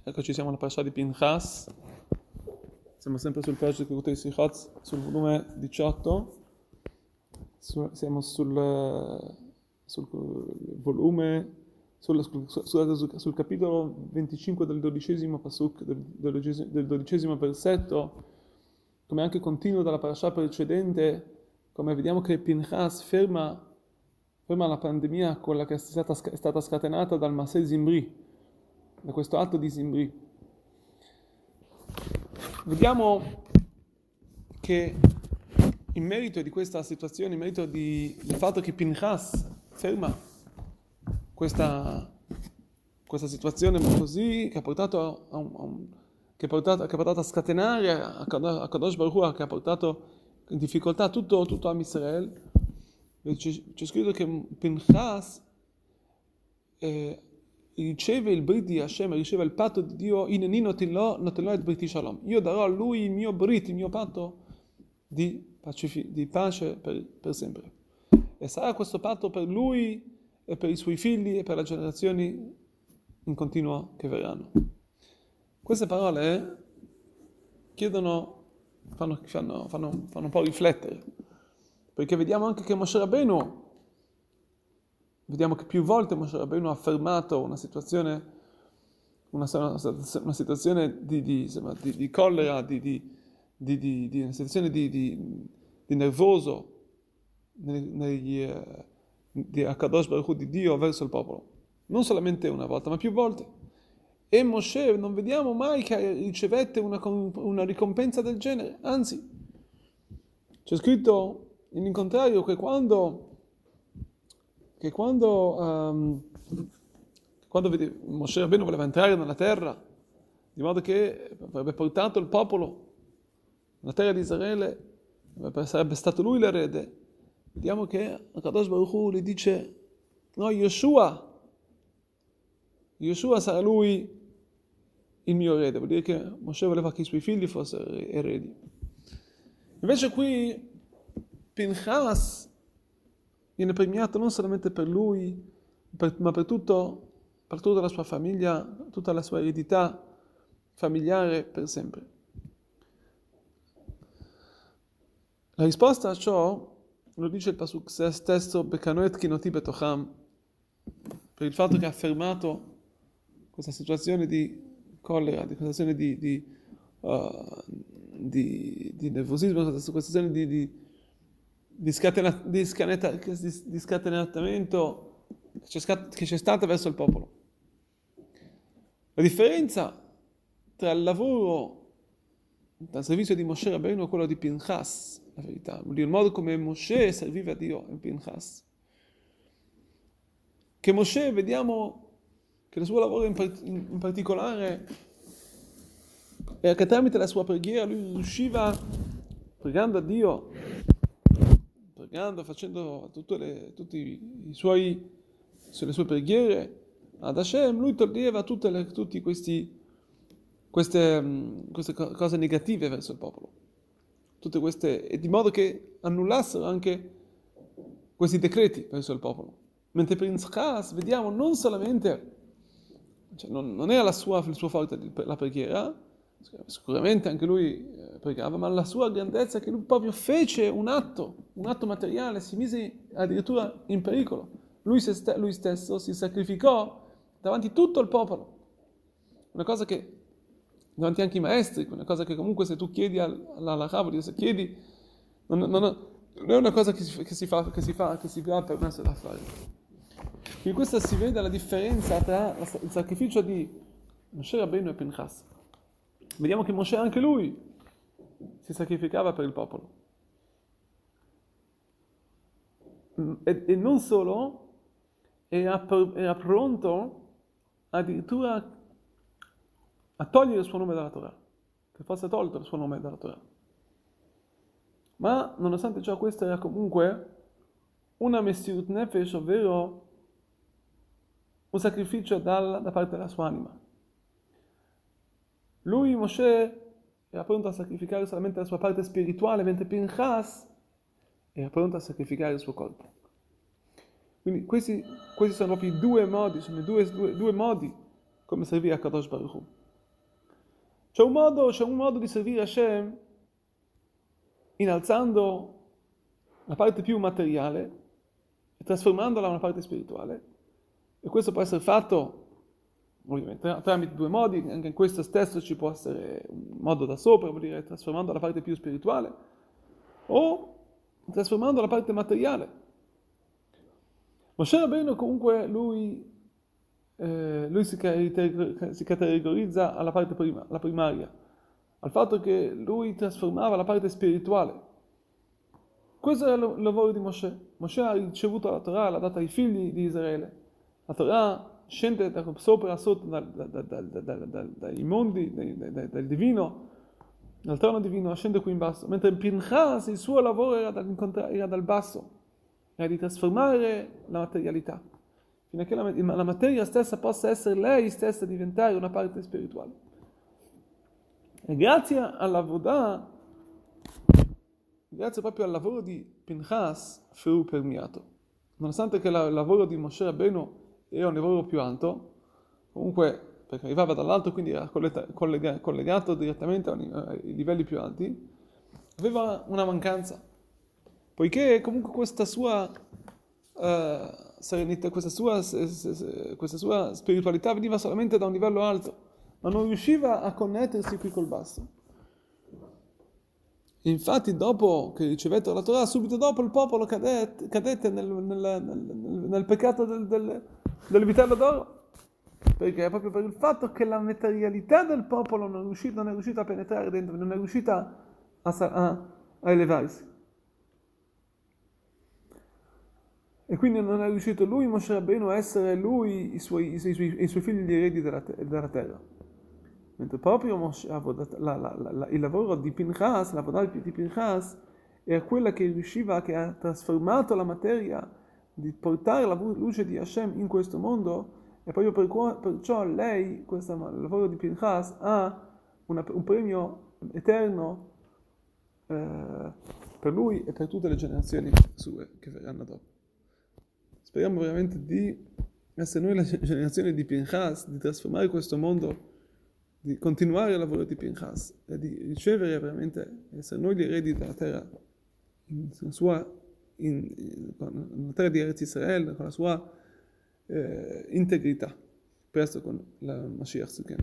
Eccoci, siamo alla parasha di Pinchas. Siamo sempre sul Persh di Kutei Sichot, sul volume 18. Siamo sul volume, sul capitolo 25 del 12° pasuk, del 12° versetto, come anche continuo dalla parasha precedente, come vediamo che Pinchas ferma la pandemia, quella che è stata scatenata dal Maseh Zimri, da questo atto di Zimri. Vediamo che in merito di questa situazione, in merito del fatto che Pinchas ferma questa situazione così, che ha portato a scatenare a Kadosh Baruch Hu, che ha portato in difficoltà tutto Am Israel, c'è scritto che Pinchas riceve il brit di Hashem, riceve il patto di Dio, Ineni notelò il brit di Shalom. Io darò a lui il mio brit, il mio patto di pace per sempre. E sarà questo patto per lui e per i suoi figli e per le generazioni in continuo che verranno. Queste parole fanno un po' riflettere, perché vediamo anche che Moshe Rabbeinu, vediamo che più volte Moshe Rabbeinu ha affermato una situazione di collera, una situazione di nervoso di Akadosh Baruch Hu, di Dio verso il popolo. Non solamente una volta, ma più volte. E Moshe non vediamo mai che ricevette una ricompensa del genere, anzi, c'è scritto in contrario che quando Moshe Rabbeinu voleva entrare nella terra, di modo che avrebbe portato il popolo nella terra di Israele, sarebbe stato lui l'erede, vediamo che Kadosh Baruch Hu gli dice: no, Yoshua sarà lui il mio erede. Vuol dire che Moshe voleva che i suoi figli fossero eredi. Invece qui Pinchas viene premiato non solamente per lui, ma per tutta la sua famiglia, tutta la sua eredità familiare per sempre. La risposta a ciò lo dice il pasuk stesso, Bekanoet kinoti betocham, per il fatto che ha affermato questa situazione di collera, di questa situazione di nervosismo, questa situazione di scatenamento che c'è stata verso il popolo. La differenza tra il lavoro, tra il servizio di Moshe Rabbeinu e quello di Pinchas, la verità, vuol dire il modo come Moshe serviva a Dio in Pinchas. Che Moshe, vediamo che il suo lavoro in particolare era che tramite la sua preghiera lui riusciva, pregando a Dio, facendo le sue preghiere ad Hashem, lui toglieva tutte queste cose negative verso il popolo, tutte queste, e di modo che annullassero anche questi decreti verso il popolo. Mentre per Pinchas vediamo non solamente, non era il suo forte la preghiera, sicuramente anche lui pregava, ma la sua grandezza è che lui proprio fece un atto materiale, si mise addirittura in pericolo. Lui stesso si sacrificò davanti a tutto il popolo. Una cosa che, davanti anche ai maestri, una cosa che comunque se tu chiedi all'Arabo, se chiedi, non è una cosa che si fa permesso da fare. In questa si vede la differenza tra il sacrificio di Moshe Rabbeinu e Pinchas. Vediamo che Moshe anche lui si sacrificava per il popolo. E non solo, era pronto addirittura a togliere il suo nome dalla Torah, che fosse tolto il suo nome dalla Torah. Ma nonostante ciò, questo era comunque una Mesirut Nefesh, ovvero un sacrificio da parte della sua anima. Lui, Moshe, era pronto a sacrificare solamente la sua parte spirituale, mentre Pinchas era pronto a sacrificare il suo corpo. Quindi questi sono proprio due modi come servire a Kadosh Baruch Hu. C'è un modo di servire Hashem innalzando la parte più materiale e trasformandola in una parte spirituale. E questo può essere fatto ovviamente tramite due modi, anche in questo stesso ci può essere un modo da sopra, vuol dire trasformando la parte più spirituale, o trasformando la parte materiale. Moshe Rabbeinu comunque lui si categorizza alla parte prima, la primaria, al fatto che lui trasformava la parte spirituale. Questo era il lavoro di Moshe. Moshe ha ricevuto la Torah, l'ha data ai figli di Israele. La Torah scende da sopra a sotto dai mondi, dal divino, dal trono divino, scende qui in basso. Mentre Pinchas il suo lavoro era dal basso, era di trasformare la materialità, fino a che la materia stessa possa essere lei stessa, diventare una parte spirituale. E grazie proprio al lavoro di Pinchas fu permeato. Nonostante che il lavoro di Moshe Rabbeinu era un lavoro più alto, comunque perché arrivava dall'alto, quindi era collegato direttamente ai livelli più alti, aveva una mancanza, poiché comunque questa sua serenità, questa sua spiritualità veniva solamente da un livello alto, ma non riusciva a connettersi qui col basso. Infatti, dopo che ricevettero la Torah, subito dopo il popolo cadette nel peccato del vitello d'oro. Perché? Proprio per il fatto che la materialità del popolo non è riuscita a penetrare dentro, non è riuscita a elevarsi. E quindi non è riuscito lui, Moshe Rabbeinu, a essere lui, i suoi figli gli eredi della terra. Mentre proprio il lavoro di Pinchas, la avodah di Pinchas, era quella che che ha trasformato la materia, di portare la luce di Hashem in questo mondo, e proprio perciò lei, il lavoro di Pinchas, ha un premio eterno per lui e per tutte le generazioni sue che verranno dopo. Speriamo veramente di essere noi la generazione di Pinchas, di trasformare questo mondo, di continuare il lavoro di Pinchas e di ricevere veramente, essere noi gli eredi della terra, con la terra di Eretz Israel, con la sua integrità, presto con la Mashiach Tzidkenu.